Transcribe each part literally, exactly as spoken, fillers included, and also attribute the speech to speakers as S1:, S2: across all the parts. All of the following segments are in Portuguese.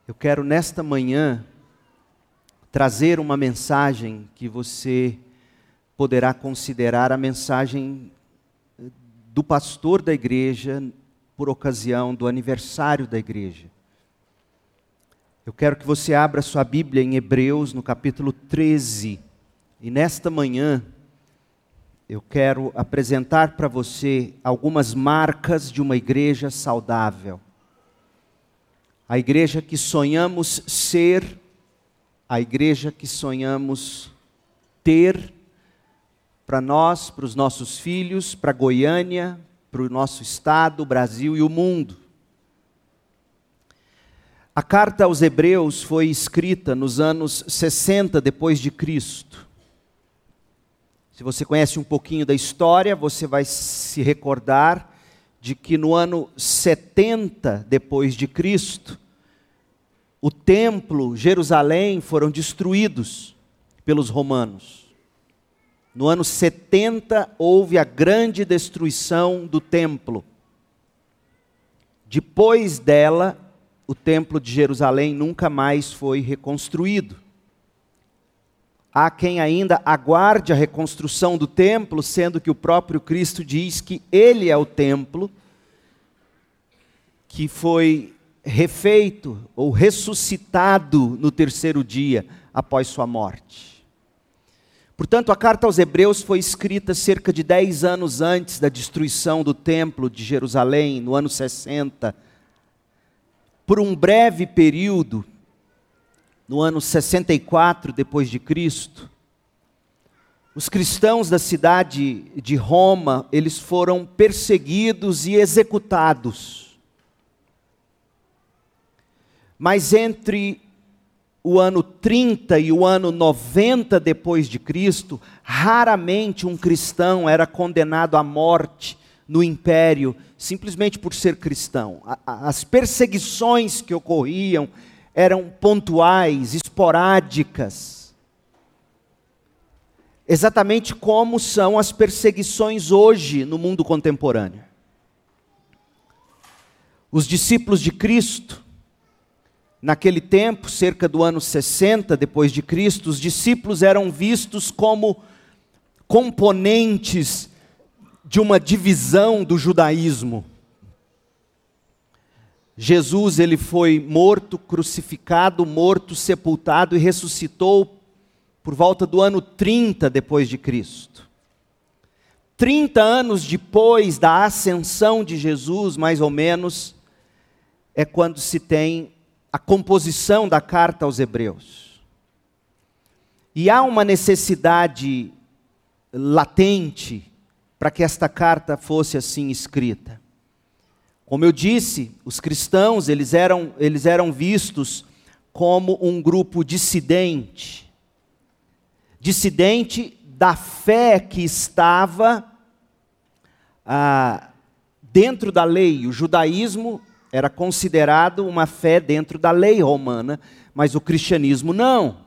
S1: Eu quero nesta manhã trazer uma mensagem que você poderá considerar a mensagem do pastor da igreja por ocasião do aniversário da igreja. Eu quero que você abra sua Bíblia em Hebreus, no capítulo treze. E nesta manhã, eu quero apresentar para você algumas marcas de uma igreja saudável. A igreja que sonhamos ser, a igreja que sonhamos ter para nós, para os nossos filhos, para Goiânia, para o nosso estado, o Brasil e o mundo. A carta aos Hebreus foi escrita nos anos sessenta depois de Cristo. Se você conhece um pouquinho da história, você vai se recordar de que no ano setenta depois de Cristo, o templo, Jerusalém, foram destruídos pelos romanos. No ano setenta houve a grande destruição do templo. Depois dela, o templo de Jerusalém nunca mais foi reconstruído. Há quem ainda aguarde a reconstrução do templo, sendo que o próprio Cristo diz que Ele é o templo que foi refeito ou ressuscitado no terceiro dia após sua morte. Portanto, a carta aos Hebreus foi escrita cerca de dez anos antes da destruição do templo de Jerusalém, no ano sessenta. Por um breve período, no ano sessenta e quatro depois de Cristo, os cristãos da cidade de Roma, eles foram perseguidos e executados. Mas entre o ano trinta e o ano noventa depois de Cristo, raramente um cristão era condenado à morte no império, simplesmente por ser cristão. As perseguições que ocorriam eram pontuais, esporádicas. Exatamente como são as perseguições hoje no mundo contemporâneo. Os discípulos de Cristo, naquele tempo, cerca do ano sessenta depois de Cristo, os discípulos eram vistos como componentes de uma divisão do judaísmo. Jesus, ele foi morto, crucificado, morto, sepultado e ressuscitou por volta do ano trinta depois de Cristo. trinta anos depois da ascensão de Jesus, mais ou menos, é quando se tem a composição da carta aos Hebreus. E há uma necessidade latente para que esta carta fosse assim escrita. Como eu disse, os cristãos, eles eram, eles eram vistos como um grupo dissidente. Dissidente da fé que estava ah, dentro da lei. O judaísmo era considerado uma fé dentro da lei romana, mas o cristianismo não.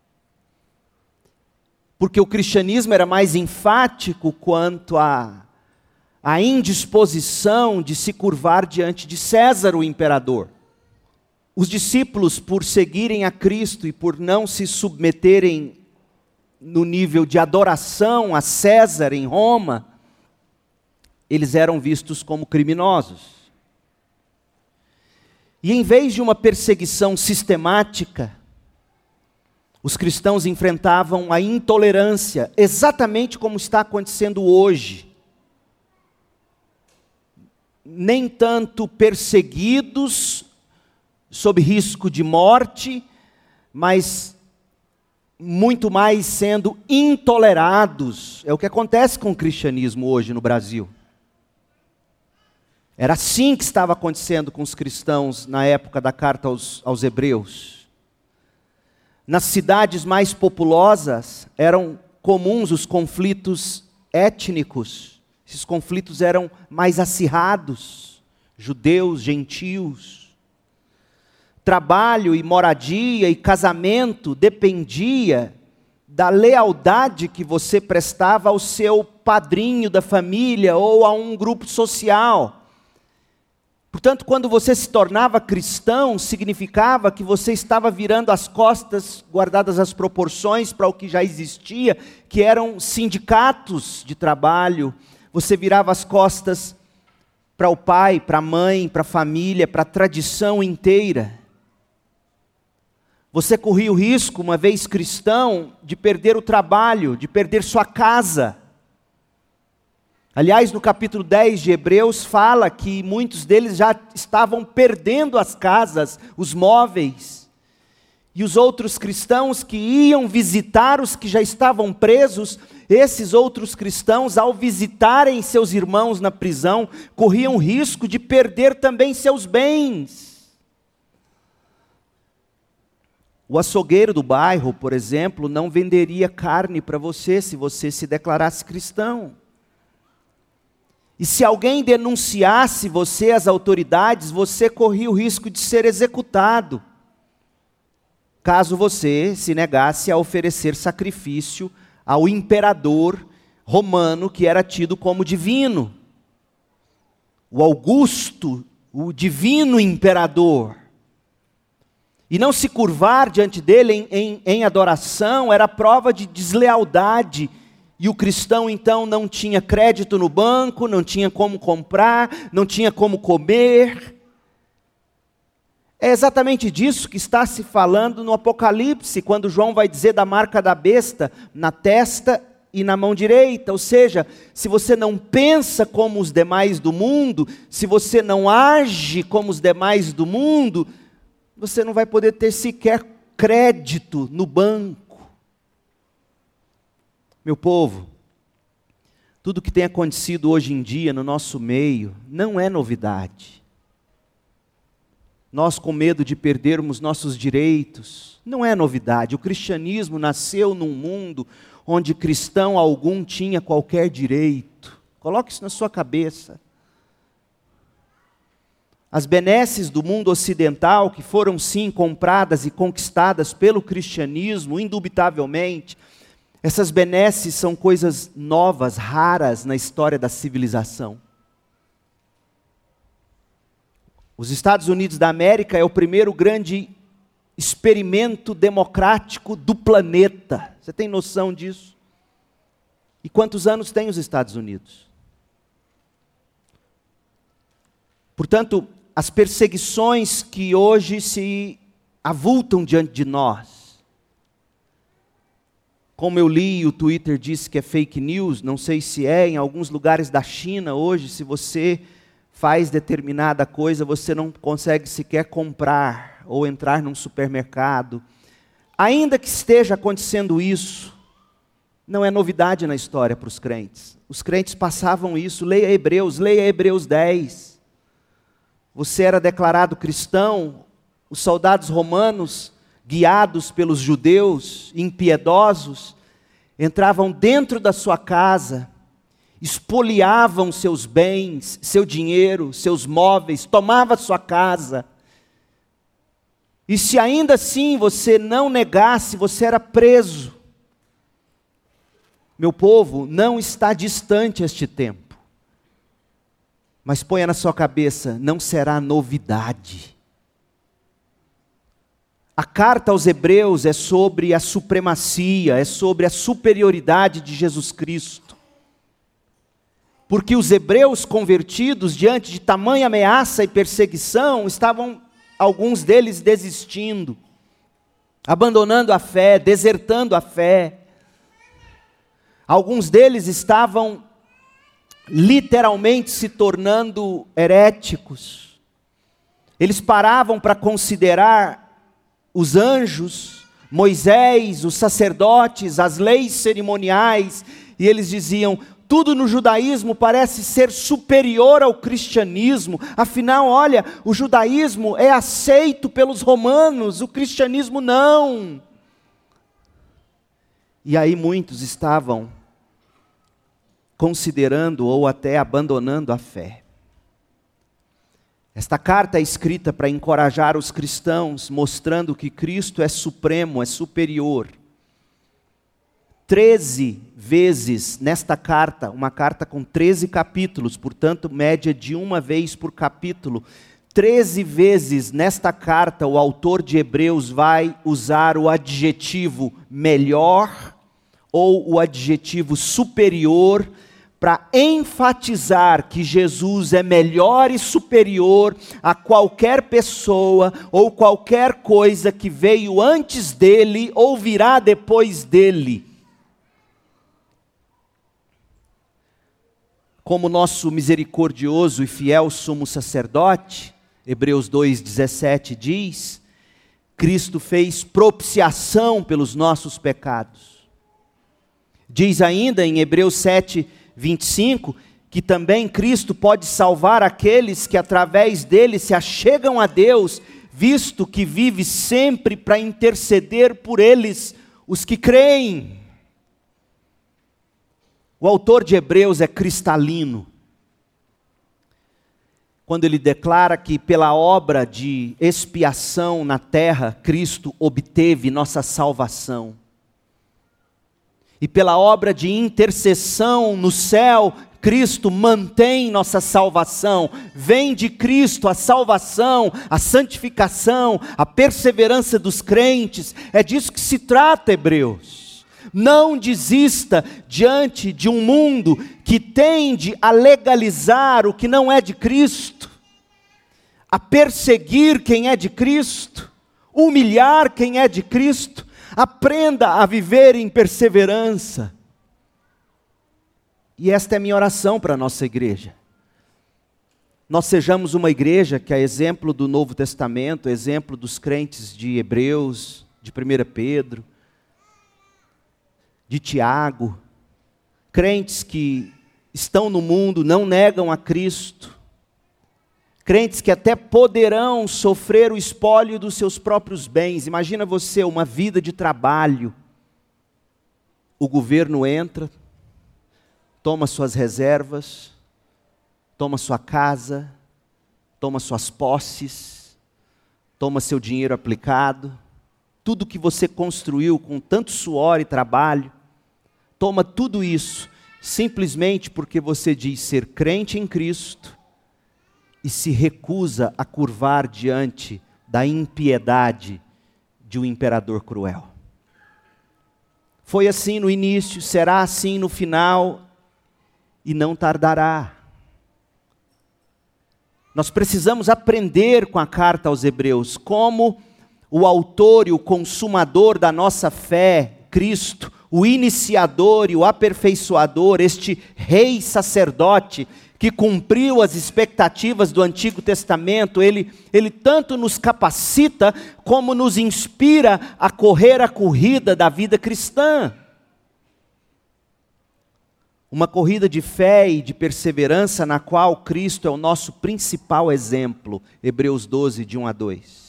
S1: Porque o cristianismo era mais enfático quanto a a indisposição de se curvar diante de César, o imperador. Os discípulos, por seguirem a Cristo e por não se submeterem no nível de adoração a César em Roma, eles eram vistos como criminosos. E em vez de uma perseguição sistemática, os cristãos enfrentavam a intolerância, exatamente como está acontecendo hoje. Nem tanto perseguidos, sob risco de morte, mas muito mais sendo intolerados. É o que acontece com o cristianismo hoje no Brasil. Era assim que estava acontecendo com os cristãos na época da carta aos, aos Hebreus. Nas cidades mais populosas eram comuns os conflitos étnicos. Esses conflitos eram mais acirrados, judeus, gentios. Trabalho e moradia e casamento dependia da lealdade que você prestava ao seu padrinho da família ou a um grupo social. Portanto, quando você se tornava cristão, significava que você estava virando as costas, guardadas as proporções, para o que já existia, que eram sindicatos de trabalho. Você virava as costas para o pai, para a mãe, para a família, para a tradição inteira. Você corria o risco, uma vez cristão, de perder o trabalho, de perder sua casa. Aliás, no capítulo dez de Hebreus, fala que muitos deles já estavam perdendo as casas, os móveis. E os outros cristãos que iam visitar os que já estavam presos, esses outros cristãos, ao visitarem seus irmãos na prisão, corriam o risco de perder também seus bens. O açougueiro do bairro, por exemplo, não venderia carne para você se você se declarasse cristão. E se alguém denunciasse você às autoridades, você corria o risco de ser executado, caso você se negasse a oferecer sacrifício ao imperador romano, que era tido como divino. O Augusto, o divino imperador. E não se curvar diante dele em, em, em adoração era prova de deslealdade. E o cristão então não tinha crédito no banco, não tinha como comprar, não tinha como comer. É exatamente disso que está se falando no Apocalipse, quando João vai dizer da marca da besta na testa e na mão direita. Ou seja, se você não pensa como os demais do mundo, se você não age como os demais do mundo, você não vai poder ter sequer crédito no banco. Meu povo, tudo que tem acontecido hoje em dia no nosso meio não é novidade. Nós com medo de perdermos nossos direitos, não é novidade. O cristianismo nasceu num mundo onde cristão algum tinha qualquer direito. Coloque isso na sua cabeça. As benesses do mundo ocidental, que foram sim compradas e conquistadas pelo cristianismo, indubitavelmente, essas benesses são coisas novas, raras na história da civilização. Os Estados Unidos da América é o primeiro grande experimento democrático do planeta. Você tem noção disso? E quantos anos tem os Estados Unidos? Portanto, as perseguições que hoje se avultam diante de nós, como eu li, o Twitter disse que é fake news, não sei se é, em alguns lugares da China hoje, se você faz determinada coisa, você não consegue sequer comprar ou entrar num supermercado. Ainda que esteja acontecendo isso, não é novidade na história para os crentes. Os crentes passavam isso, leia Hebreus, leia Hebreus dez. Você era declarado cristão, os soldados romanos, guiados pelos judeus impiedosos, entravam dentro da sua casa, espoliavam seus bens, seu dinheiro, seus móveis, tomavam sua casa. E se ainda assim você não negasse, você era preso. Meu povo, não está distante este tempo. Mas ponha na sua cabeça, não será novidade. A carta aos Hebreus é sobre a supremacia, é sobre a superioridade de Jesus Cristo. Porque os hebreus convertidos, diante de tamanha ameaça e perseguição, estavam, alguns deles, desistindo, abandonando a fé, desertando a fé. Alguns deles estavam literalmente se tornando heréticos. Eles paravam para considerar os anjos, Moisés, os sacerdotes, as leis cerimoniais, e eles diziam, tudo no judaísmo parece ser superior ao cristianismo, afinal, olha, o judaísmo é aceito pelos romanos, o cristianismo não. E aí muitos estavam considerando ou até abandonando a fé. Esta carta é escrita para encorajar os cristãos, mostrando que Cristo é supremo, é superior. treze vezes nesta carta, uma carta com treze capítulos, portanto, média de uma vez por capítulo, treze vezes nesta carta o autor de Hebreus vai usar o adjetivo melhor ou o adjetivo superior para enfatizar que Jesus é melhor e superior a qualquer pessoa ou qualquer coisa que veio antes dele ou virá depois dele. Como nosso misericordioso e fiel sumo sacerdote, Hebreus dois, dezessete diz, Cristo fez propiciação pelos nossos pecados. Diz ainda em Hebreus sete, vinte e cinco, que também Cristo pode salvar aqueles que através dele se achegam a Deus, visto que vive sempre para interceder por eles, os que creem. O autor de Hebreus é cristalino, quando ele declara que pela obra de expiação na terra, Cristo obteve nossa salvação. E pela obra de intercessão no céu, Cristo mantém nossa salvação. Vem de Cristo a salvação, a santificação, a perseverança dos crentes. É disso que se trata, Hebreus. Não desista diante de um mundo que tende a legalizar o que não é de Cristo, a perseguir quem é de Cristo, humilhar quem é de Cristo. Aprenda a viver em perseverança. E esta é a minha oração para a nossa igreja. Nós sejamos uma igreja que é exemplo do Novo Testamento, exemplo dos crentes de Hebreus, de primeira Pedro, de Tiago, crentes que estão no mundo, não negam a Cristo, crentes que até poderão sofrer o espólio dos seus próprios bens. Imagina você, uma vida de trabalho, o governo entra, toma suas reservas, toma sua casa, toma suas posses, toma seu dinheiro aplicado, tudo que você construiu com tanto suor e trabalho, toma tudo isso, simplesmente porque você diz ser crente em Cristo e se recusa a curvar diante da impiedade de um imperador cruel. Foi assim no início, será assim no final e não tardará. Nós precisamos aprender com a carta aos Hebreus como o autor e o consumador da nossa fé, Cristo, o iniciador e o aperfeiçoador, este rei sacerdote que cumpriu as expectativas do Antigo Testamento, ele, ele tanto nos capacita como nos inspira a correr a corrida da vida cristã. Uma corrida de fé e de perseverança na qual Cristo é o nosso principal exemplo. Hebreus doze, de um a dois.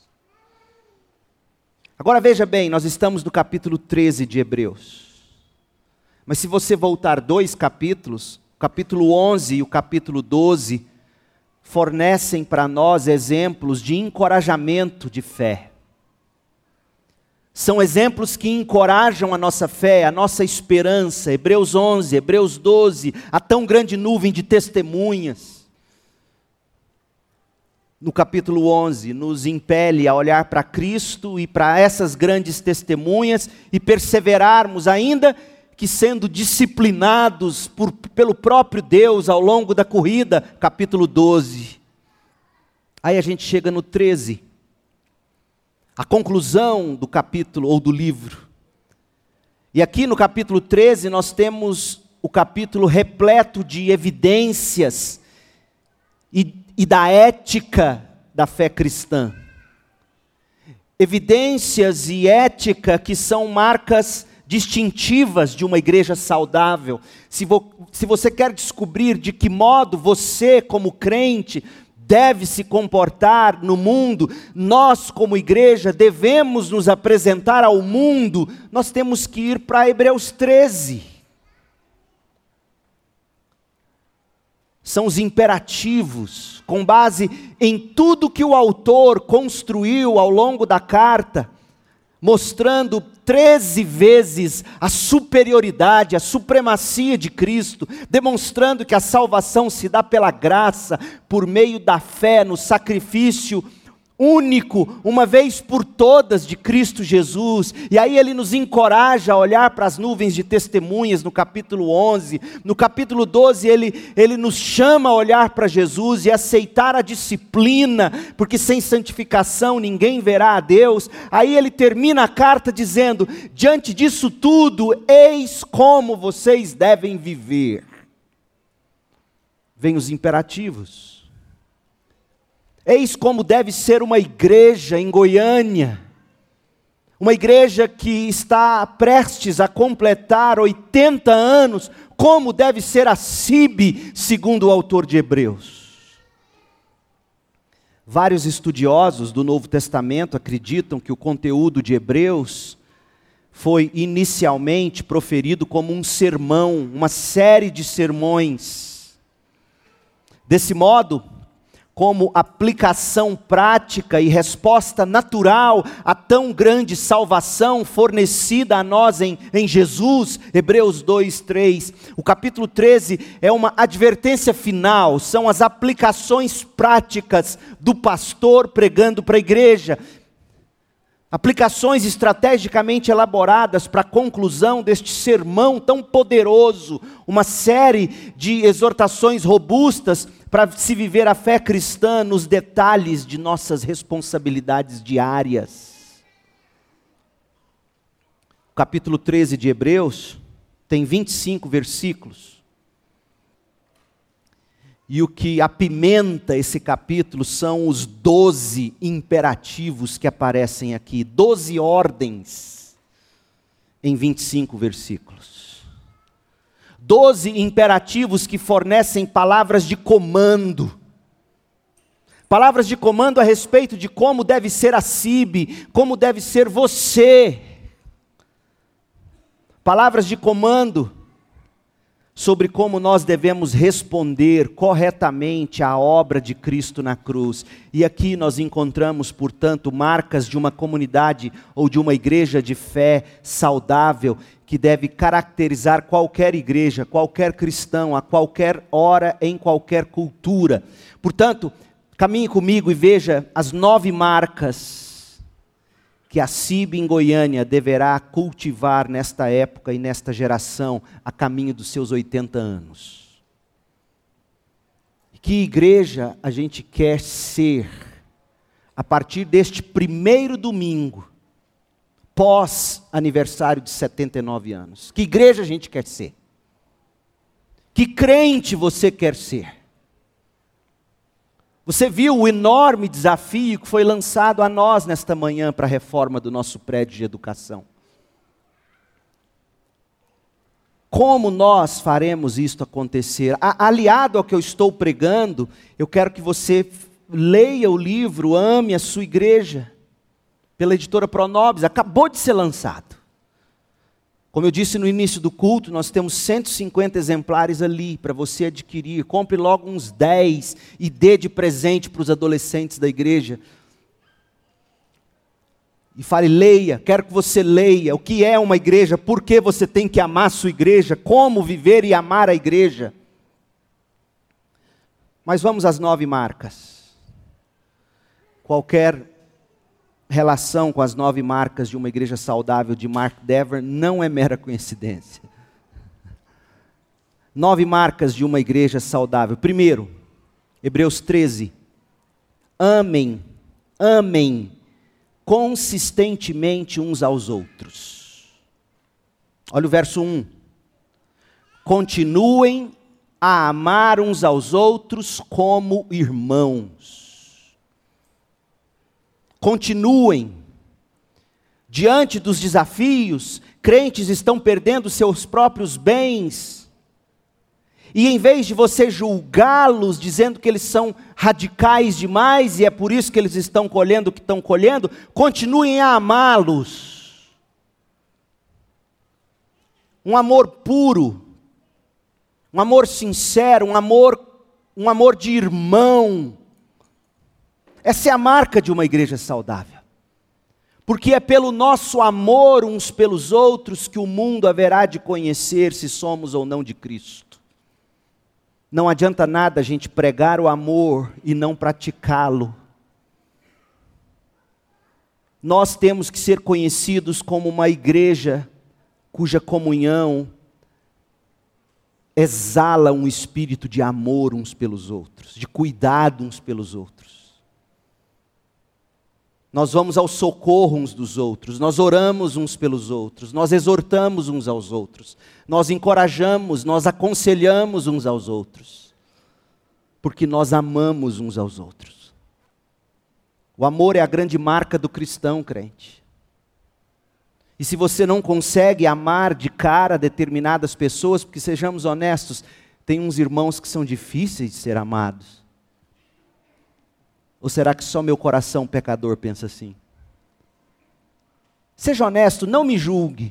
S1: Agora veja bem, nós estamos no capítulo treze de Hebreus. Mas se você voltar dois capítulos, o capítulo onze e o capítulo doze fornecem para nós exemplos de encorajamento de fé. São exemplos que encorajam a nossa fé, a nossa esperança. Hebreus onze, Hebreus doze, a tão grande nuvem de testemunhas. No capítulo onze, nos impele a olhar para Cristo e para essas grandes testemunhas e perseverarmos, ainda que sendo disciplinados por, pelo próprio Deus ao longo da corrida. Capítulo doze. Aí a gente chega no treze. A conclusão do capítulo ou do livro. E aqui no capítulo treze nós temos o capítulo repleto de evidências e, e da ética da fé cristã. Evidências e ética que são marcas distintivas de uma igreja saudável. Se, vo, se você quer descobrir de que modo você, como crente, deve se comportar no mundo, nós como igreja devemos nos apresentar ao mundo, nós temos que ir para Hebreus treze. São os imperativos, com base em tudo que o autor construiu ao longo da carta, mostrando treze vezes a superioridade, a supremacia de Cristo, demonstrando que a salvação se dá pela graça, por meio da fé no sacrifício único, uma vez por todas, de Cristo Jesus. E aí ele nos encoraja a olhar para as nuvens de testemunhas no capítulo onze. No capítulo doze ele, ele nos chama a olhar para Jesus e aceitar a disciplina, porque sem santificação ninguém verá a Deus. Aí ele termina a carta dizendo: diante disso tudo, eis como vocês devem viver. Vem os imperativos. Eis como deve ser uma igreja em Goiânia, uma igreja que está prestes a completar oitenta anos, como deve ser a C I B, segundo o autor de Hebreus. Vários estudiosos do Novo Testamento acreditam que o conteúdo de Hebreus foi inicialmente proferido como um sermão, uma série de sermões. Desse modo, como aplicação prática e resposta natural a tão grande salvação fornecida a nós em, em Jesus, Hebreus dois, três. O capítulo treze é uma advertência final, são as aplicações práticas do pastor pregando para a igreja. Aplicações estrategicamente elaboradas para a conclusão deste sermão tão poderoso, uma série de exortações robustas para se viver a fé cristã nos detalhes de nossas responsabilidades diárias. O capítulo treze de Hebreus tem vinte e cinco versículos. E o que apimenta esse capítulo são os doze imperativos que aparecem aqui, doze ordens em vinte e cinco versículos. Doze imperativos que fornecem palavras de comando. Palavras de comando a respeito de como deve ser a C I B, como deve ser você. Palavras de comando sobre como nós devemos responder corretamente à obra de Cristo na cruz. E aqui nós encontramos, portanto, marcas de uma comunidade ou de uma igreja de fé saudável, que deve caracterizar qualquer igreja, qualquer cristão, a qualquer hora, em qualquer cultura. Portanto, caminhe comigo e veja as nove marcas que a C I B em Goiânia deverá cultivar nesta época e nesta geração, a caminho dos seus oitenta anos. Que igreja a gente quer ser a partir deste primeiro domingo, pós-aniversário de setenta e nove anos? Que igreja a gente quer ser? Que crente você quer ser? Você viu o enorme desafio que foi lançado a nós nesta manhã para a reforma do nosso prédio de educação. Como nós faremos isto acontecer? A, aliado ao que eu estou pregando, eu quero que você leia o livro Ame a Sua Igreja, pela editora Pronobis, acabou de ser lançado. Como eu disse no início do culto, nós temos cento e cinquenta exemplares ali para você adquirir. Compre logo uns dez e dê de presente para os adolescentes da igreja. E fale, leia, quero que você leia o que é uma igreja, por que você tem que amar a sua igreja, como viver e amar a igreja. Mas vamos às nove marcas. Qualquer relação com as nove marcas de uma igreja saudável de Mark Dever não é mera coincidência. Nove marcas de uma igreja saudável. Primeiro, Hebreus treze. Amem, amem consistentemente uns aos outros. Olha o verso um. Continuem a amar uns aos outros como irmãos. Continuem. Diante dos desafios, crentes estão perdendo seus próprios bens. E em vez de você julgá-los, dizendo que eles são radicais demais, e é por isso que eles estão colhendo o que estão colhendo, continuem a amá-los. Um amor puro, um amor sincero, um amor, um amor de irmão. Essa é a marca de uma igreja saudável. Porque é pelo nosso amor uns pelos outros que o mundo haverá de conhecer se somos ou não de Cristo. Não adianta nada a gente pregar o amor e não praticá-lo. Nós temos que ser conhecidos como uma igreja cuja comunhão exala um espírito de amor uns pelos outros, de cuidado uns pelos outros. Nós vamos ao socorro uns dos outros, nós oramos uns pelos outros, nós exortamos uns aos outros, nós encorajamos, nós aconselhamos uns aos outros, porque nós amamos uns aos outros. O amor é a grande marca do cristão, crente. E se você não consegue amar de cara determinadas pessoas, porque sejamos honestos, tem uns irmãos que são difíceis de ser amados. Ou será que só meu coração pecador pensa assim? Seja honesto, não me julgue.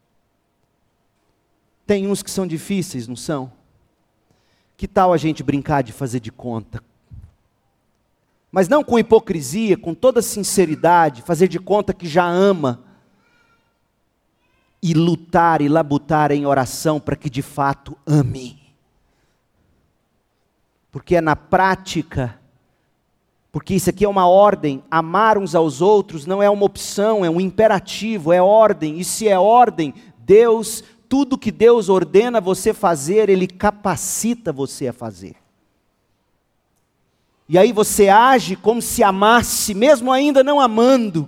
S1: Tem uns que são difíceis, não são? Que tal a gente brincar de fazer de conta? Mas não com hipocrisia, com toda sinceridade, fazer de conta que já ama. E lutar e labutar em oração para que de fato ame. Porque é na prática, porque isso aqui é uma ordem, amar uns aos outros não é uma opção, é um imperativo, é ordem. E se é ordem, Deus, tudo que Deus ordena você fazer, Ele capacita você a fazer. E aí você age como se amasse, mesmo ainda não amando.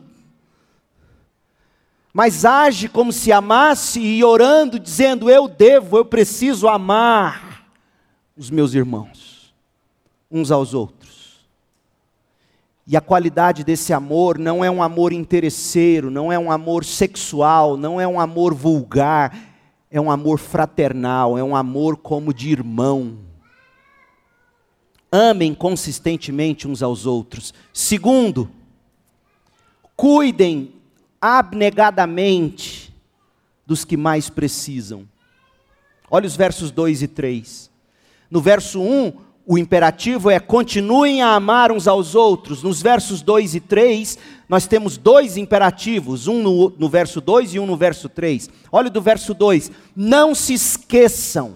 S1: Mas age como se amasse e orando, dizendo, eu devo, eu preciso amar os meus irmãos, uns aos outros. E a qualidade desse amor não é um amor interesseiro, não é um amor sexual, não é um amor vulgar, é um amor fraternal, é um amor como de irmão. Amem consistentemente uns aos outros. Segundo, cuidem abnegadamente dos que mais precisam. Olha os versos dois e três. No verso um, o imperativo é continuem a amar uns aos outros. Nos versos dois e três, nós temos dois imperativos, um no, no verso dois e um no verso três. Olha do verso dois, não se esqueçam.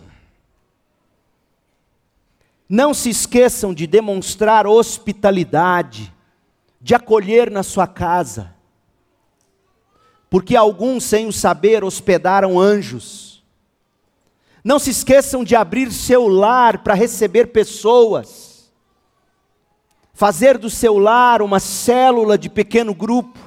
S1: Não se esqueçam de demonstrar hospitalidade, de acolher na sua casa. Porque alguns, sem o saber, hospedaram anjos. Não se esqueçam de abrir seu lar para receber pessoas. Fazer do seu lar uma célula de pequeno grupo.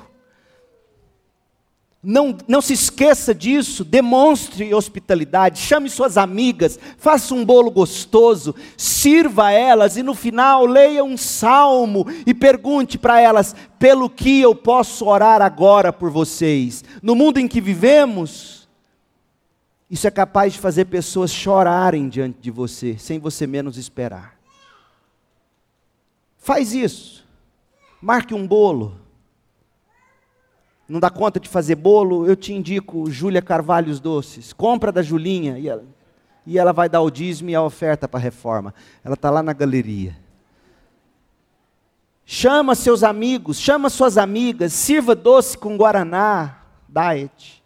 S1: Não, não se esqueça disso, demonstre hospitalidade, chame suas amigas, faça um bolo gostoso, sirva elas e no final leia um salmo e pergunte para elas, pelo que eu posso orar agora por vocês? No mundo em que vivemos, isso é capaz de fazer pessoas chorarem diante de você, sem você menos esperar. Faz isso, marque um bolo. Não dá conta de fazer bolo? Eu te indico Júlia Carvalhos Doces. Compra da Julinha e ela, e ela vai dar o dízimo e a oferta para a reforma. Ela está lá na galeria. Chama seus amigos, chama suas amigas, sirva doce com guaraná, diet.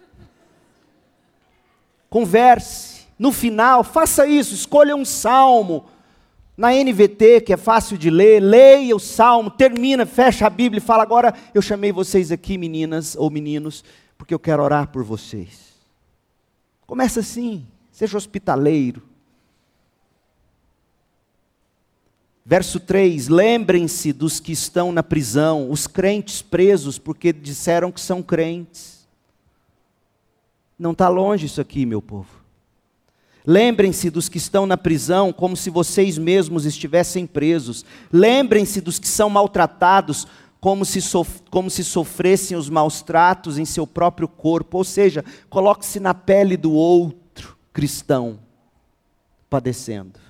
S1: Converse. No final, faça isso, escolha um salmo. Na N V T, que é fácil de ler, leia o salmo, termina, fecha a Bíblia e fala, agora eu chamei vocês aqui, meninas ou meninos, porque eu quero orar por vocês. Começa assim, seja hospitaleiro. Verso três, lembrem-se dos que estão na prisão, os crentes presos, porque disseram que são crentes. Não está longe isso aqui, meu povo. Lembrem-se dos que estão na prisão como se vocês mesmos estivessem presos. Lembrem-se dos que são maltratados como se, sof- como se sofressem os maus tratos em seu próprio corpo. Ou seja, coloque-se na pele do outro cristão, padecendo.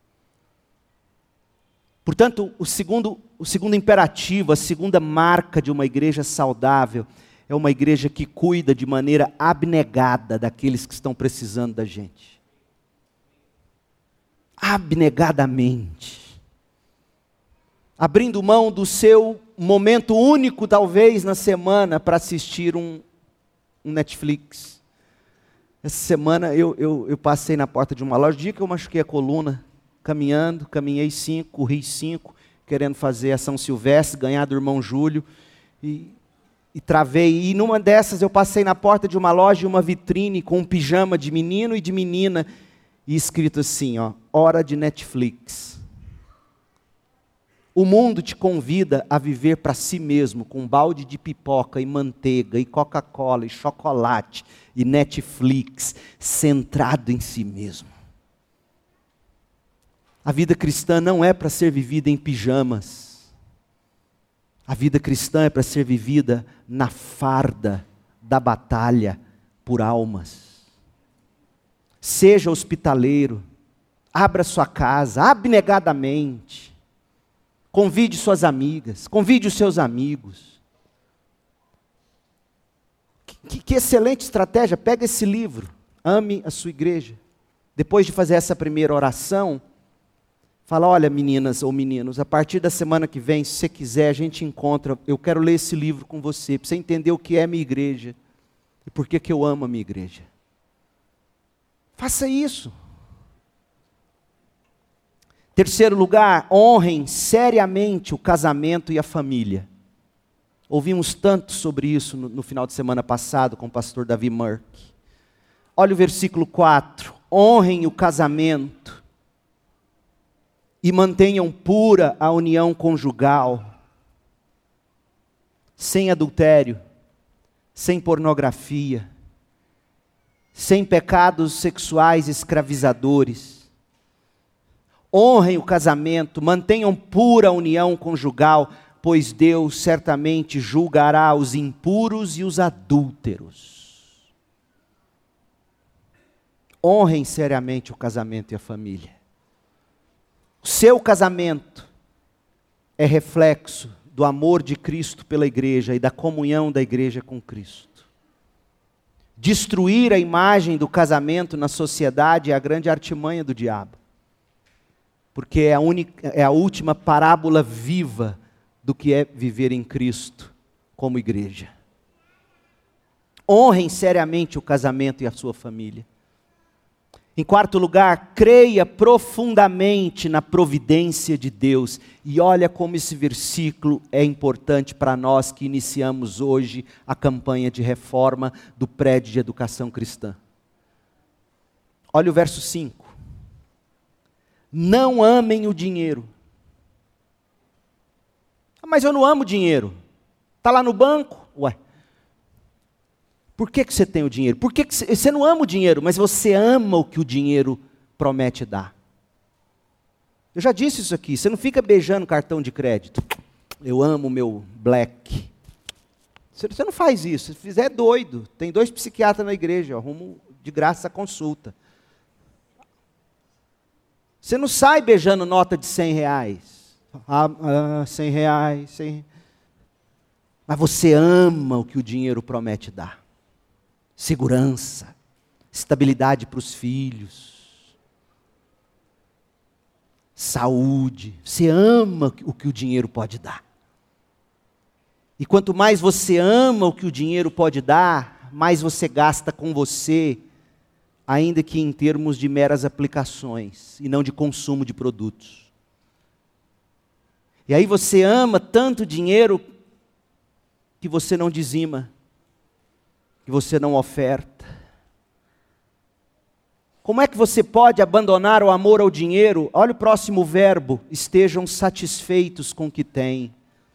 S1: Portanto, o segundo, o segundo imperativo, a segunda marca de uma igreja saudável, é uma igreja que cuida de maneira abnegada daqueles que estão precisando da gente. Abnegadamente. abrindo mão do seu momento único, talvez, na semana, para assistir um, um Netflix. Essa semana eu, eu, eu passei na porta de uma loja, o dia que eu machuquei a coluna, caminhando, caminhei cinco, corri cinco, querendo fazer a São Silvestre, ganhar do irmão Júlio, e, e travei. E numa dessas eu passei na porta de uma loja, uma vitrine com um pijama de menino e de menina, e escrito assim, ó, hora de Netflix. O mundo te convida a viver para si mesmo, com um balde de pipoca e manteiga, e Coca-Cola, e chocolate, e Netflix, centrado em si mesmo. A vida cristã não é para ser vivida em pijamas. A vida cristã é para ser vivida na farda da batalha por almas. Seja hospitaleiro, abra sua casa, abnegadamente. Convide suas amigas, convide os seus amigos. Que, que excelente estratégia, pega esse livro, ame a sua igreja. Depois de fazer essa primeira oração, fala, olha meninas ou meninos, a partir da semana que vem, se você quiser, a gente encontra, eu quero ler esse livro com você, para você entender o que é minha igreja, e por que que eu amo a minha igreja. Faça isso. Terceiro lugar, honrem seriamente o casamento e a família. Ouvimos tanto sobre isso no, no final de semana passado com o pastor Davi Murk. Olha o versículo quatro. Honrem o casamento e mantenham pura a união conjugal, sem adultério, sem pornografia, sem pecados sexuais escravizadores. Honrem o casamento, mantenham pura a união conjugal, pois Deus certamente julgará os impuros e os adúlteros. Honrem seriamente o casamento e a família. O seu casamento é reflexo do amor de Cristo pela igreja e da comunhão da igreja com Cristo. Destruir a imagem do casamento na sociedade é a grande artimanha do diabo. Porque é a, única, é a última parábola viva do que é viver em Cristo como igreja. Honrem seriamente o casamento e a sua família. Em quarto lugar, creia profundamente na providência de Deus. E olha como esse versículo é importante para nós que iniciamos hoje a campanha de reforma do prédio de educação cristã. Olha o verso cinco. Não amem o dinheiro. Ah, mas eu não amo dinheiro. Está lá no banco? Ué. Por que, que você tem o dinheiro? Por que, que você, você não ama o dinheiro, mas você ama o que o dinheiro promete dar? Eu já disse isso aqui. Você não fica beijando cartão de crédito. Eu amo o meu black. Você, você não faz isso. Se fizer, é doido. Tem dois psiquiatras na igreja. Eu arrumo de graça a consulta. Você não sai beijando nota de cem reais. Ah, ah, cem reais, cem. Mas você ama o que o dinheiro promete dar. Segurança, estabilidade para os filhos, saúde. Você ama o que o dinheiro pode dar. E quanto mais você ama o que o dinheiro pode dar, mais você gasta com você, ainda que em termos de meras aplicações, e não de consumo de produtos. E aí você ama tanto dinheiro, que você não dizima, que você não oferta. Como é que você pode abandonar o amor ao dinheiro? Olha o próximo verbo, estejam satisfeitos com o que têm.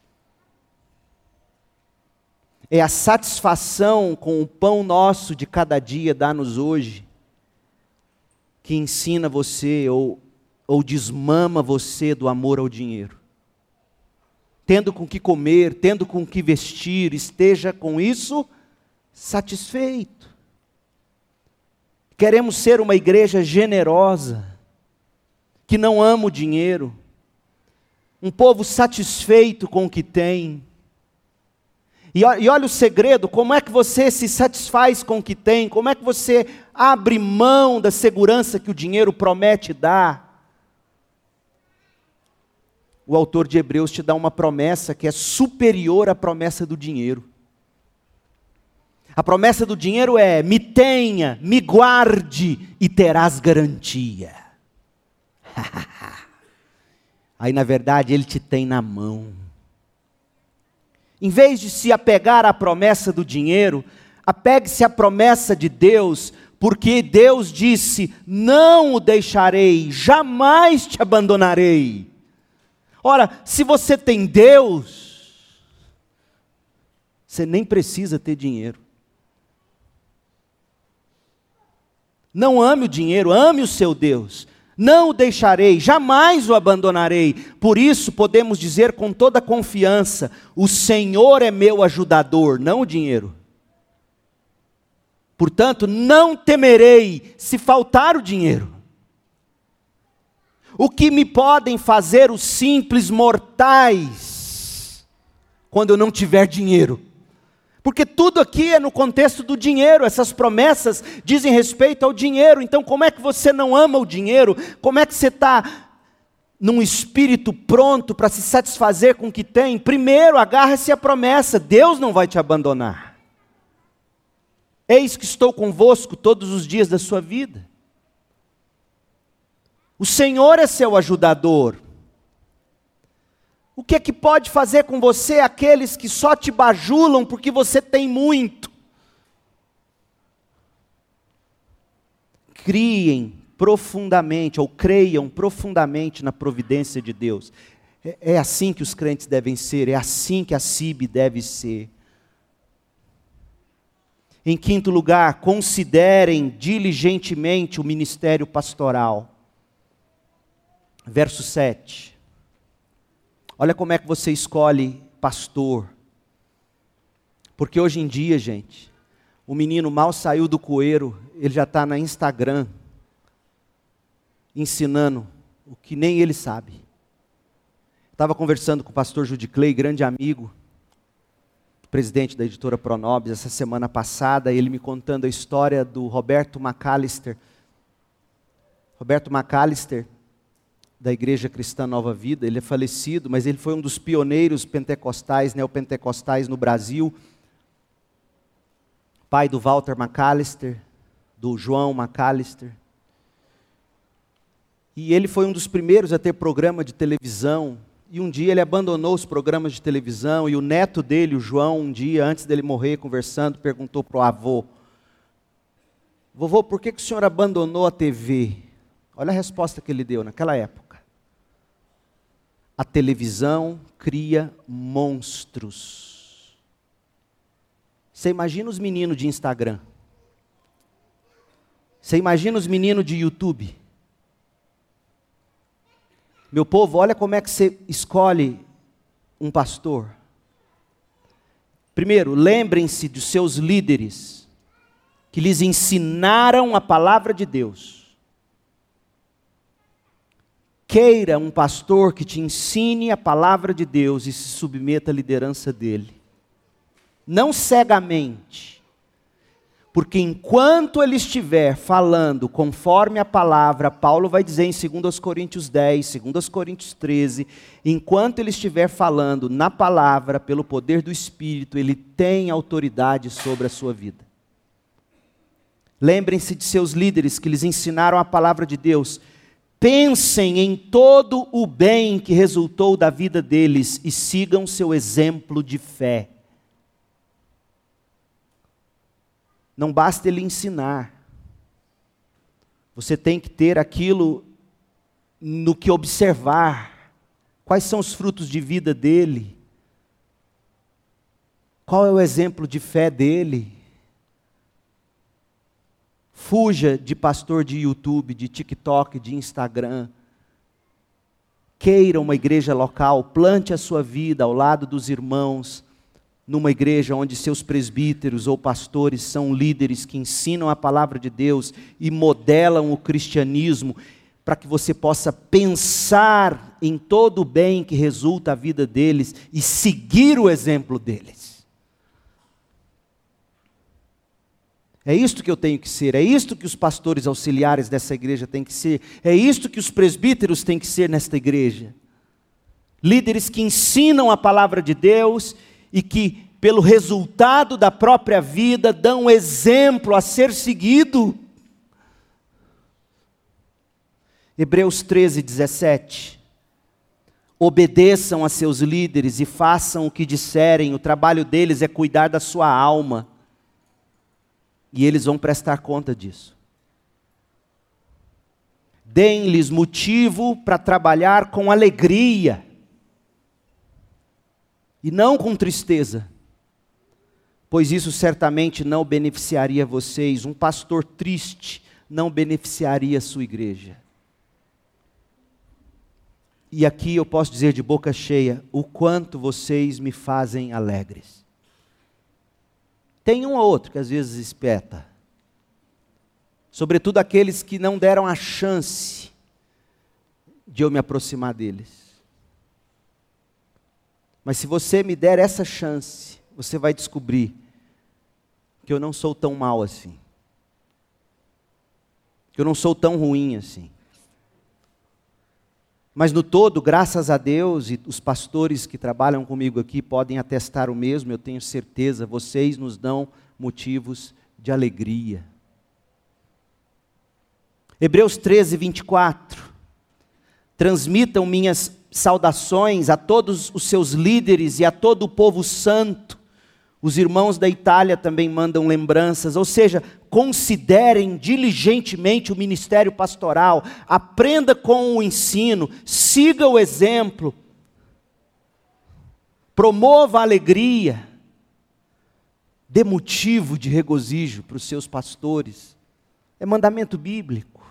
S1: É a satisfação com o pão nosso de cada dia, dá-nos hoje, que ensina você ou, ou desmama você do amor ao dinheiro. Tendo com que comer, tendo com que vestir, esteja com isso satisfeito. Queremos ser uma igreja generosa, que não ama o dinheiro, um povo satisfeito com o que tem. E, e olha o segredo, como é que você se satisfaz com o que tem, como é que você abre mão da segurança que o dinheiro promete dar. o autor de Hebreus te dá uma promessa que é superior à promessa do dinheiro. A promessa do dinheiro é: me tenha, me guarde e terás garantia. Aí na verdade ele te tem na mão. Em vez de se apegar à promessa do dinheiro, apegue-se à promessa de Deus, porque Deus disse: não o deixarei, jamais te abandonarei. Ora, se você tem Deus, você nem precisa ter dinheiro. Não ame o dinheiro, ame o seu Deus. Não o deixarei, jamais o abandonarei. Por isso podemos dizer com toda confiança: o Senhor é meu ajudador, não o dinheiro. Portanto, não temerei se faltar o dinheiro. O que me podem fazer os simples mortais quando eu não tiver dinheiro? Porque tudo aqui é no contexto do dinheiro, essas promessas dizem respeito ao dinheiro. Então como é que você não ama o dinheiro? Como é que você está num espírito pronto para se satisfazer com o que tem? Primeiro, agarra-se à promessa: Deus não vai te abandonar. Eis que estou convosco todos os dias da sua vida. O Senhor é seu ajudador. O que é que pode fazer com você aqueles que só te bajulam porque você tem muito? Criem profundamente, ou creiam profundamente na providência de Deus. É, é assim que os crentes devem ser, é assim que a C I B deve ser. Em quinto lugar, considerem diligentemente o ministério pastoral. Verso sete. Olha como é que você escolhe pastor. Porque hoje em dia, gente, o menino mal saiu do coeiro, ele já está na Instagram, ensinando o que nem ele sabe. Estava conversando com o pastor Judy Clay, grande amigo, presidente da editora Pronobis, essa semana passada, ele me contando a história do Roberto McAllister. Roberto McAllister, da Igreja Cristã Nova Vida, ele é falecido, mas ele foi um dos pioneiros pentecostais, neopentecostais no Brasil. Pai do Walter McAllister, do João McAllister. E ele foi um dos primeiros a ter programa de televisão. E um dia ele abandonou os programas de televisão, e o neto dele, o João, um dia, antes dele morrer, conversando, perguntou para o avô: vovô, por que, que o senhor abandonou a T V? Olha a resposta que ele deu naquela época. A televisão cria monstros. Você imagina os meninos de Instagram? Você imagina os meninos de YouTube? Meu povo, olha como é que você escolhe um pastor. Primeiro, lembrem-se dos seus líderes, que lhes ensinaram a palavra de Deus. Queira um pastor que te ensine a palavra de Deus e se submeta à liderança dele. Não cegamente. Porque enquanto ele estiver falando conforme a palavra, Paulo vai dizer em dois Coríntios dez, dois Coríntios treze, enquanto ele estiver falando na palavra, pelo poder do Espírito, ele tem autoridade sobre a sua vida. Lembrem-se de seus líderes que lhes ensinaram a palavra de Deus. Pensem em todo o bem que resultou da vida deles e sigam seu exemplo de fé. Não basta ele ensinar. Você tem que ter aquilo no que observar. Quais são os frutos de vida dele? Qual é o exemplo de fé dele? Fuja de pastor de YouTube, de TikTok, de Instagram. Queira uma igreja local, plante a sua vida ao lado dos irmãos, numa igreja onde seus presbíteros ou pastores são líderes que ensinam a palavra de Deus e modelam o cristianismo, para que você possa pensar em todo o bem que resulta a vida deles e seguir o exemplo deles. É isto que eu tenho que ser, é isto que os pastores auxiliares dessa igreja têm que ser, é isto que os presbíteros têm que ser nesta igreja. líderes que ensinam a palavra de Deus e que, pelo resultado da própria vida, dão exemplo a ser seguido. Hebreus treze, dezessete. Obedeçam a seus líderes e façam o que disserem, o trabalho deles é cuidar da sua alma. E eles vão prestar conta disso. Deem-lhes motivo para trabalhar com alegria. E não com tristeza. Pois isso certamente não beneficiaria vocês. Um pastor triste não beneficiaria a sua igreja. E aqui eu posso dizer de boca cheia, o quanto vocês me fazem alegres. Tem um ou outro que às vezes espeta. Sobretudo aqueles que não deram a chance de eu me aproximar deles. Mas se você me der essa chance, você vai descobrir que eu não sou tão mal assim. Que eu não sou tão ruim assim. Mas no todo, graças a Deus, e os pastores que trabalham comigo aqui podem atestar o mesmo, eu tenho certeza, vocês nos dão motivos de alegria. Hebreus treze, vinte e quatro. Transmitam minhas saudações a todos os seus líderes e a todo o povo santo. Os irmãos da Itália também mandam lembranças, ou seja, considerem diligentemente o ministério pastoral, aprenda com o ensino, siga o exemplo, promova a alegria, dê motivo de regozijo para os seus pastores. É mandamento bíblico.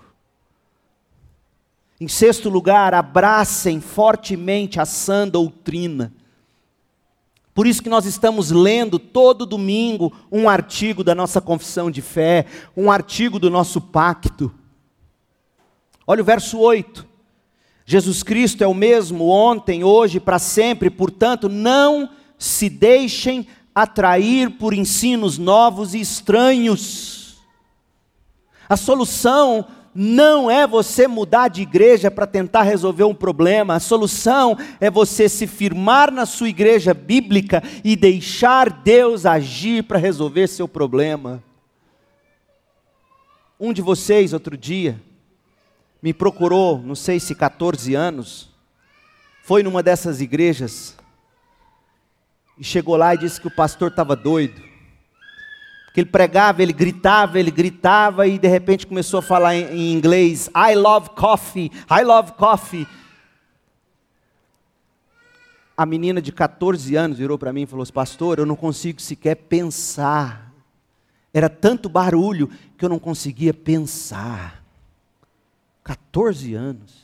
S1: Em sexto lugar, abracem fortemente a sã doutrina. Por isso que nós estamos lendo todo domingo um artigo da nossa confissão de fé, um artigo do nosso pacto. Olha o verso oito. Jesus Cristo é o mesmo ontem, hoje, para sempre, portanto, não se deixem atrair por ensinos novos e estranhos. A solução não é você mudar de igreja para tentar resolver um problema. A solução é você se firmar na sua igreja bíblica e deixar Deus agir para resolver seu problema. Um de vocês, outro dia, me procurou, não sei se catorze anos, foi numa dessas igrejas, e chegou lá e disse que o pastor estava doido. Que ele pregava, ele gritava, ele gritava e de repente começou a falar em, em inglês, I love coffee, I love coffee. A menina de catorze anos virou para mim e falou assim, pastor, eu não consigo sequer pensar. Era tanto barulho que eu não conseguia pensar. catorze anos.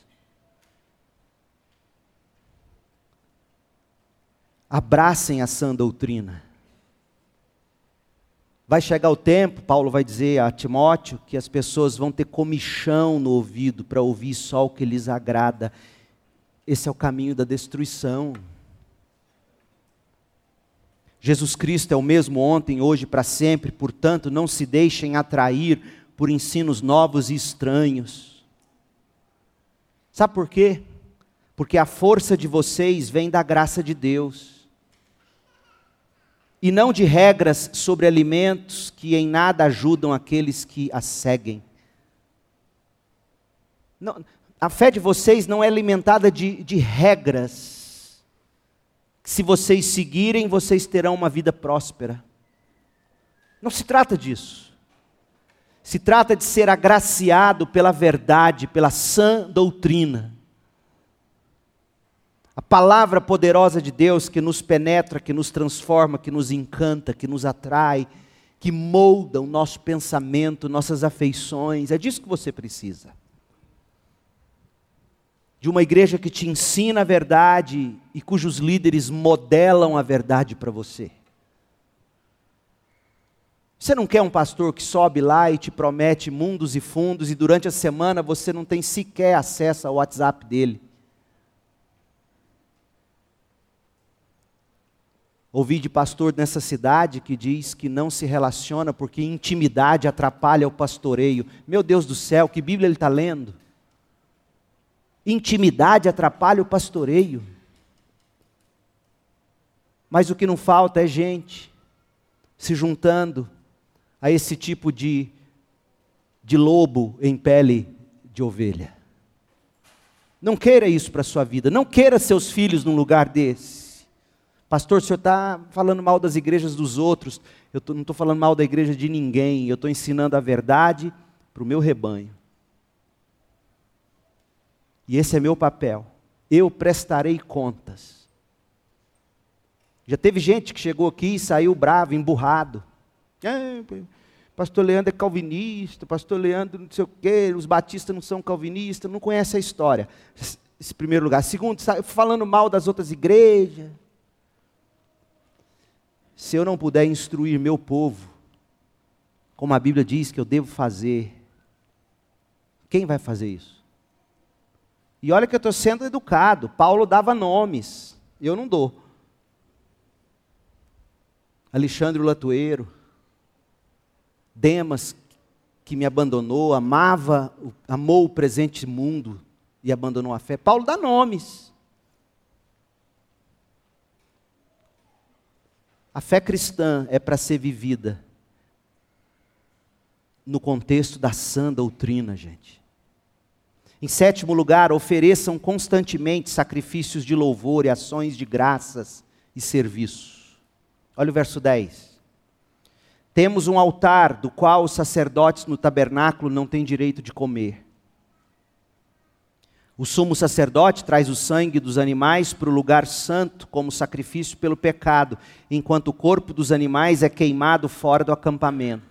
S1: Abracem a sã doutrina. Vai chegar o tempo, Paulo vai dizer a Timóteo, que as pessoas vão ter comichão no ouvido para ouvir só o que lhes agrada. Esse é o caminho da destruição. Jesus Cristo é o mesmo ontem, hoje, para sempre, portanto, não se deixem atrair por ensinos novos e estranhos. Sabe por quê? Porque a força de vocês vem da graça de Deus. E não de regras sobre alimentos que em nada ajudam aqueles que as seguem. Não, a fé de vocês não é alimentada de, de regras. Se vocês seguirem, vocês terão uma vida próspera. Não se trata disso. Se trata de ser agraciado pela verdade, pela sã doutrina. A palavra poderosa de Deus que nos penetra, que nos transforma, que nos encanta, que nos atrai, que molda o nosso pensamento, nossas afeições. É disso que você precisa. De uma igreja que te ensina a verdade e cujos líderes modelam a verdade para você. Você não quer um pastor que sobe lá e te promete mundos e fundos e durante a semana você não tem sequer acesso ao WhatsApp dele. Ouvi de pastor nessa cidade que diz que não se relaciona porque intimidade atrapalha o pastoreio. Meu Deus do céu, que Bíblia ele está lendo? Intimidade atrapalha o pastoreio. Mas o que não falta é gente se juntando a esse tipo de, de lobo em pele de ovelha. Não queira isso para a sua vida, não queira seus filhos num lugar desse. Pastor, o senhor está falando mal das igrejas dos outros. Eu tô, não estou falando mal da igreja de ninguém, eu estou ensinando a verdade para o meu rebanho. E esse é meu papel, eu prestarei contas. Já teve gente que chegou aqui e saiu bravo, emburrado. É, pastor Leandro é calvinista, pastor Leandro não sei o quê, os batistas não são calvinistas, não conhece a história. Esse primeiro lugar. Segundo, falando mal das outras igrejas. Se eu não puder instruir meu povo, como a Bíblia diz que eu devo fazer, quem vai fazer isso? E olha que eu estou sendo educado, Paulo dava nomes, eu não dou. Alexandre o Latueiro, Demas, que me abandonou, amava, amou o presente mundo e abandonou a fé. Paulo dá nomes. A fé cristã é para ser vivida no contexto da sã doutrina, gente. Em sétimo lugar, ofereçam constantemente sacrifícios de louvor e ações de graças e serviço. Olha o verso dez. Temos um altar do qual os sacerdotes no tabernáculo não têm direito de comer. O sumo sacerdote traz o sangue dos animais para o lugar santo como sacrifício pelo pecado, enquanto o corpo dos animais é queimado fora do acampamento.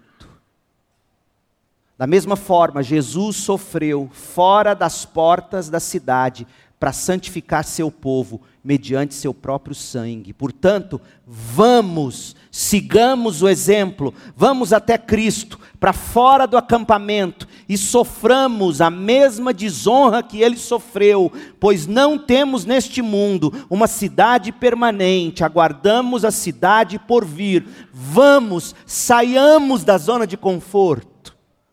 S1: Da mesma forma, Jesus sofreu fora das portas da cidade para santificar seu povo, mediante seu próprio sangue. Portanto, vamos, sigamos o exemplo, vamos até Cristo, para fora do acampamento, e soframos a mesma desonra que ele sofreu, pois não temos neste mundo uma cidade permanente, aguardamos a cidade por vir. Vamos, saiamos da zona de conforto.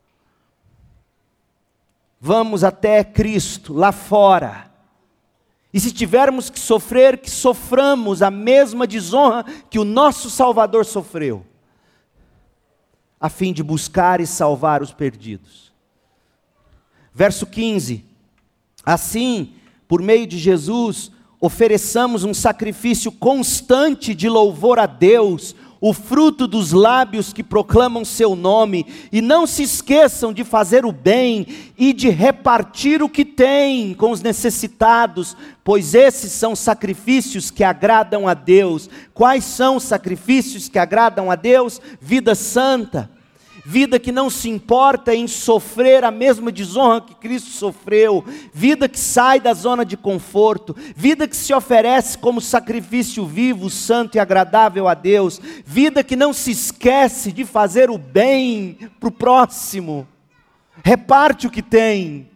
S1: Vamos até Cristo, lá fora. E se tivermos que sofrer, que soframos a mesma desonra que o nosso Salvador sofreu, a fim de buscar e salvar os perdidos. Verso quinze. Assim, por meio de Jesus, ofereçamos um sacrifício constante de louvor a Deus, o fruto dos lábios que proclamam seu nome, e não se esqueçam de fazer o bem e de repartir o que têm com os necessitados, pois esses são sacrifícios que agradam a Deus. Quais são os sacrifícios que agradam a Deus? Vida santa, vida que não se importa em sofrer a mesma desonra que Cristo sofreu, vida que sai da zona de conforto, vida que se oferece como sacrifício vivo, santo e agradável a Deus, vida que não se esquece de fazer o bem para o próximo, reparte o que tem.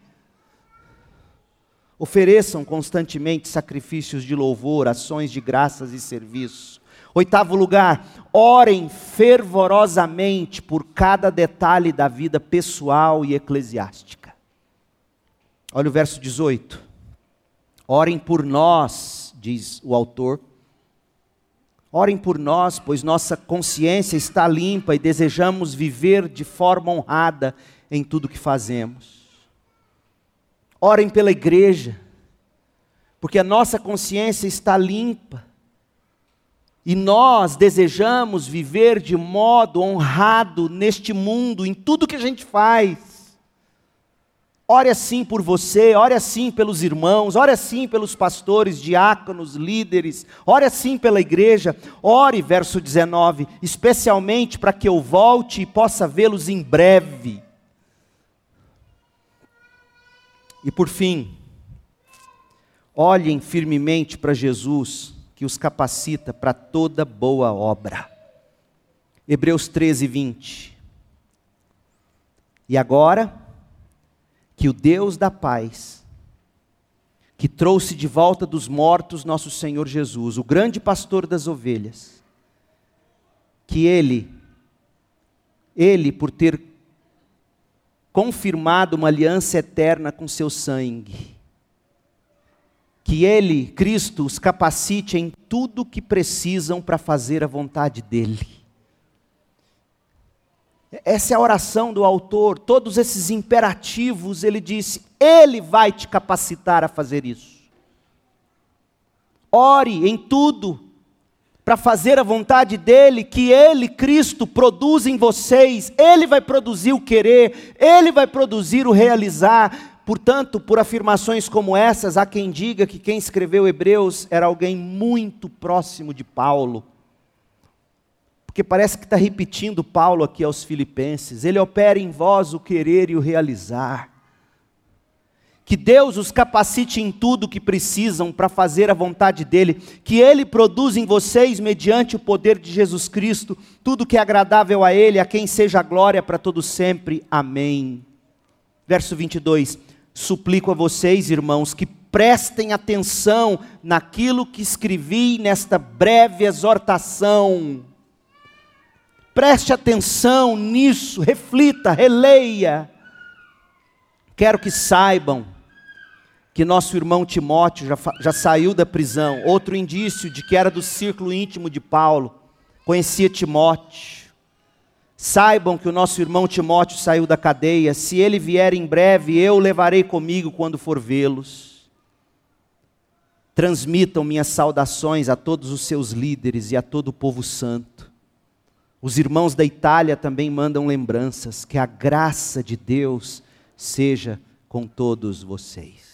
S1: Ofereçam constantemente sacrifícios de louvor, ações de graças e serviço. Oitavo lugar, orem fervorosamente por cada detalhe da vida pessoal e eclesiástica. Olha o verso dezoito. Orem por nós, diz o autor. Orem por nós, pois nossa consciência está limpa e desejamos viver de forma honrada em tudo que fazemos. Orem pela igreja, porque a nossa consciência está limpa. E nós desejamos viver de modo honrado neste mundo, em tudo que a gente faz. Ore assim por você, ore assim pelos irmãos, ore assim pelos pastores, diáconos, líderes, ore assim pela igreja. Ore, verso dezenove, especialmente para que eu volte e possa vê-los em breve. E por fim, olhem firmemente para Jesus, que os capacita para toda boa obra. Hebreus treze, vinte. E agora, que o Deus da paz, que trouxe de volta dos mortos nosso Senhor Jesus, o grande pastor das ovelhas, que Ele, Ele por ter confirmado uma aliança eterna com seu sangue, que Ele, Cristo, os capacite em tudo que precisam para fazer a vontade dEle. Essa é a oração do autor, todos esses imperativos, ele disse, Ele vai te capacitar a fazer isso. Ore em tudo, para fazer a vontade dEle, que Ele, Cristo, produz em vocês, Ele vai produzir o querer, Ele vai produzir o realizar. Portanto, por afirmações como essas, há quem diga que quem escreveu Hebreus era alguém muito próximo de Paulo. Porque parece que está repetindo Paulo aqui aos Filipenses. Ele opera em vós o querer e o realizar. Que Deus os capacite em tudo o que precisam para fazer a vontade dEle. Que Ele produza em vocês, mediante o poder de Jesus Cristo, tudo que é agradável a Ele, a quem seja a glória para todo sempre. Amém. Verso vinte e dois. Suplico a vocês, irmãos, que prestem atenção naquilo que escrevi nesta breve exortação. Preste atenção nisso, reflita, releia. Quero que saibam que nosso irmão Timóteo já, já saiu da prisão. Outro indício de que era do círculo íntimo de Paulo. Conhecia Timóteo. Saibam que o nosso irmão Timóteo saiu da cadeia. Se ele vier em breve, eu o levarei comigo quando for vê-los. Transmitam minhas saudações a todos os seus líderes e a todo o povo santo. Os irmãos da Itália também mandam lembranças. Que a graça de Deus seja com todos vocês.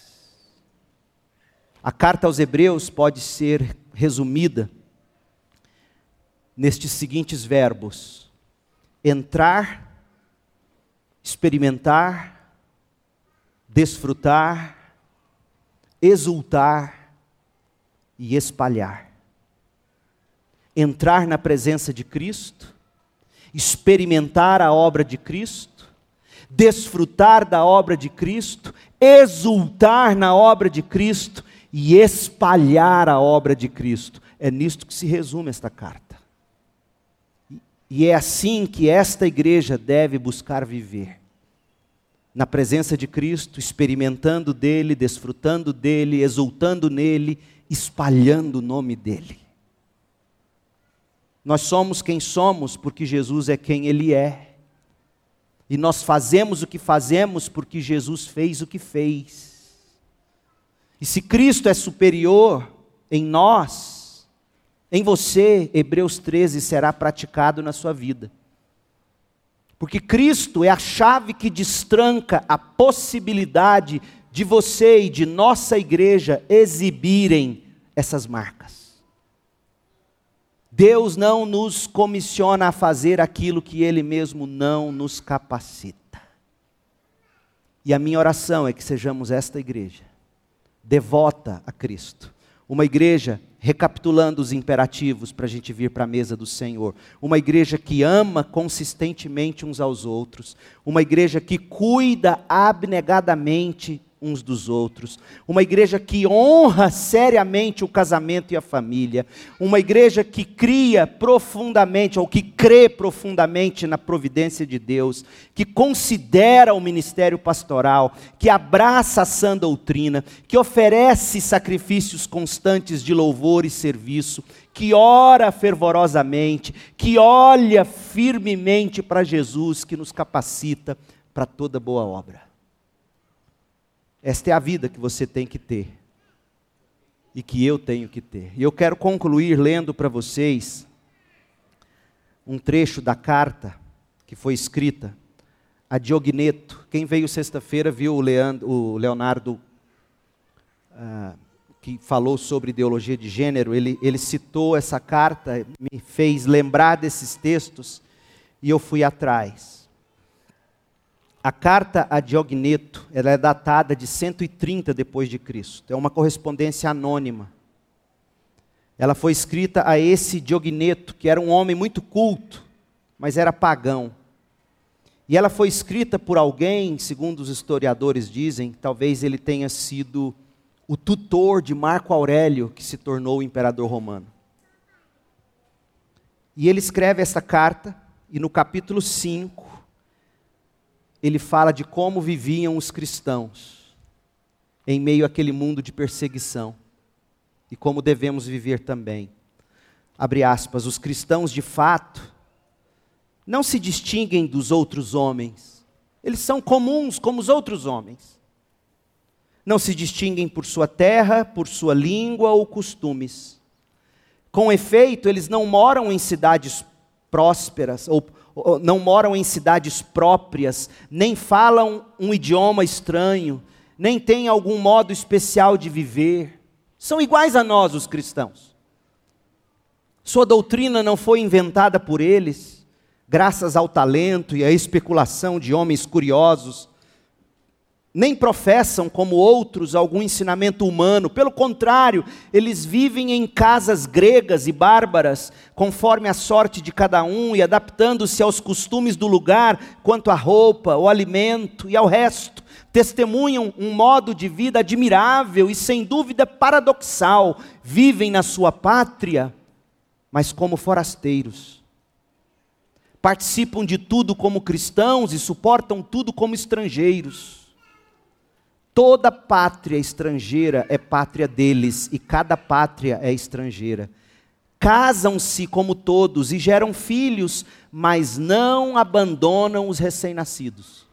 S1: A carta aos Hebreus pode ser resumida nestes seguintes verbos: entrar, experimentar, desfrutar, exultar e espalhar. Entrar na presença de Cristo, experimentar a obra de Cristo, desfrutar da obra de Cristo, exultar na obra de Cristo e espalhar a obra de Cristo. É nisto que se resume esta carta. E é assim que esta igreja deve buscar viver. Na presença de Cristo, experimentando dele, desfrutando dele, exultando nele, espalhando o nome dele. Nós somos quem somos porque Jesus é quem Ele é. E nós fazemos o que fazemos porque Jesus fez o que fez. E se Cristo é superior em nós, em você, Hebreus treze será praticado na sua vida. Porque Cristo é a chave que destranca a possibilidade de você e de nossa igreja exibirem essas marcas. Deus não nos comissiona a fazer aquilo que Ele mesmo não nos capacita. E a minha oração é que sejamos esta igreja, devota a Cristo. Uma igreja, recapitulando os imperativos para a gente vir para a mesa do Senhor. Uma igreja que ama consistentemente uns aos outros. Uma igreja que cuida abnegadamente uns dos outros. Uma igreja que honra seriamente o casamento e a família. Uma igreja que cria profundamente, ou que crê profundamente na providência de Deus. Que considera o ministério pastoral. Que abraça a sã doutrina. Que oferece sacrifícios constantes de louvor e serviço. Que ora fervorosamente. Que olha firmemente para Jesus, que nos capacita para toda boa obra. Esta é a vida que você tem que ter, e que eu tenho que ter. E eu quero concluir lendo para vocês um trecho da carta que foi escrita a Diogneto. Quem veio sexta-feira viu o, Leandro, o Leonardo, uh, que falou sobre ideologia de gênero. Ele, ele citou essa carta, me fez lembrar desses textos, e eu fui atrás. A carta a Diogneto, ela é datada de cento e trinta depois de Cristo. É uma correspondência anônima. Ela foi escrita a esse Diogneto, que era um homem muito culto, mas era pagão. E ela foi escrita por alguém, segundo os historiadores dizem, talvez ele tenha sido o tutor de Marco Aurélio, que se tornou o imperador romano. E ele escreve essa carta, e no capítulo cinco, ele fala de como viviam os cristãos em meio àquele mundo de perseguição. e como devemos viver também. Abre aspas, os cristãos de fato não se distinguem dos outros homens. Eles são comuns como os outros homens. Não se distinguem por sua terra, por sua língua ou costumes. Com efeito, eles não moram em cidades prósperas, ou, ou não moram em cidades próprias, nem falam um idioma estranho, nem têm algum modo especial de viver. São iguais a nós, os cristãos. Sua doutrina não foi inventada por eles, graças ao talento e à especulação de homens curiosos. Nem professam, como outros, algum ensinamento humano. Pelo contrário, eles vivem em casas gregas e bárbaras, conforme a sorte de cada um, e adaptando-se aos costumes do lugar, quanto à roupa, ao alimento e ao resto. Testemunham um modo de vida admirável e, sem dúvida, paradoxal. Vivem na sua pátria, mas como forasteiros. Participam de tudo como cristãos e suportam tudo como estrangeiros. Toda pátria estrangeira é pátria deles, e cada pátria é estrangeira. Casam-se como todos e geram filhos, mas não abandonam os recém-nascidos.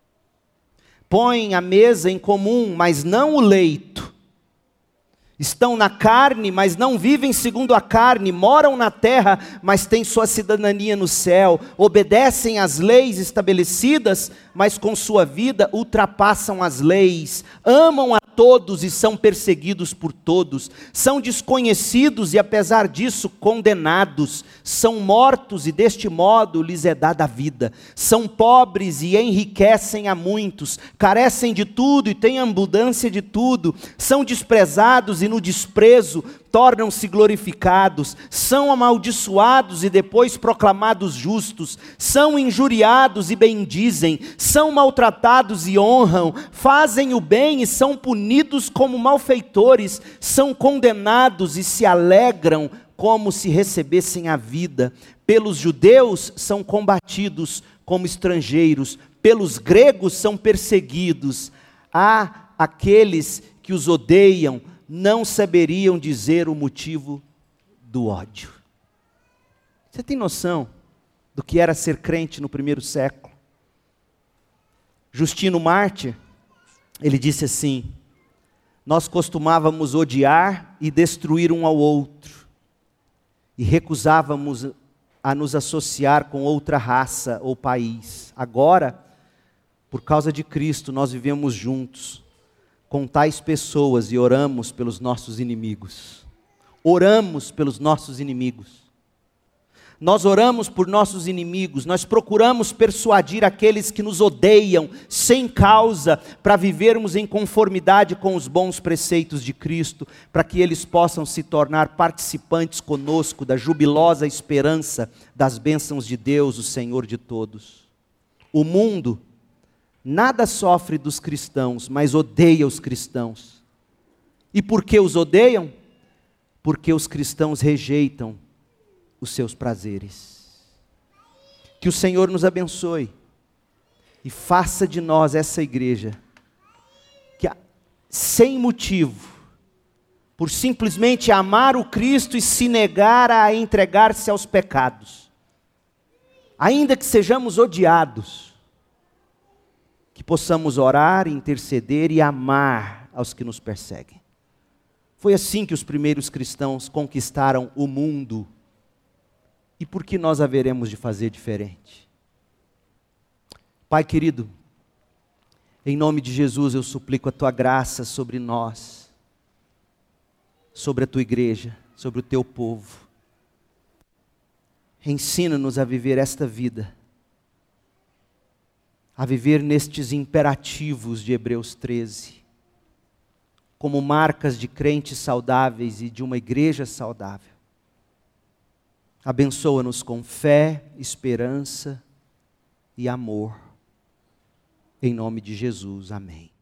S1: Põem a mesa em comum, mas não o leito. Estão na carne, mas não vivem segundo a carne. Moram na terra, mas têm sua cidadania no céu. Obedecem às leis estabelecidas, mas com sua vida ultrapassam as leis. Amam a todos e são perseguidos por todos. São desconhecidos e, apesar disso, condenados. São mortos e, deste modo, lhes é dada a vida. São pobres e enriquecem a muitos. Carecem de tudo e têm abundância de tudo. São desprezados e, no desprezo, tornam-se glorificados. São amaldiçoados e depois proclamados justos. São injuriados e bendizem. São maltratados e honram. Fazem o bem e são punidos como malfeitores. São condenados e se alegram como se recebessem a vida. Pelos judeus são combatidos como estrangeiros. Pelos gregos são perseguidos. Há aqueles que os odeiam, não saberiam dizer o motivo do ódio. Você tem noção do que era ser crente no primeiro século? Justino Mártir, ele disse assim: nós costumávamos odiar e destruir um ao outro, e recusávamos a nos associar com outra raça ou país. Agora, por causa de Cristo, nós vivemos juntos com tais pessoas e oramos pelos nossos inimigos. Oramos pelos nossos inimigos. Nós oramos por nossos inimigos, nós procuramos persuadir aqueles que nos odeiam, sem causa, para vivermos em conformidade com os bons preceitos de Cristo, para que eles possam se tornar participantes conosco da jubilosa esperança das bênçãos de Deus, o Senhor de todos. O mundo nada sofre dos cristãos, mas odeia os cristãos. E por que os odeiam? Porque os cristãos rejeitam os seus prazeres. Que o Senhor nos abençoe e faça de nós essa igreja que, sem motivo, por simplesmente amar o Cristo e se negar a entregar-se aos pecados, ainda que sejamos odiados, que possamos orar, interceder e amar aos que nos perseguem. Foi assim que os primeiros cristãos conquistaram o mundo. E por que nós haveremos de fazer diferente? Pai querido, em nome de Jesus eu suplico a Tua graça sobre nós, sobre a Tua igreja, sobre o Teu povo. Ensina-nos a viver esta vida, a viver nestes imperativos de Hebreus treze, como marcas de crentes saudáveis e de uma igreja saudável. Abençoa-nos com fé, esperança e amor. Em nome de Jesus, amém.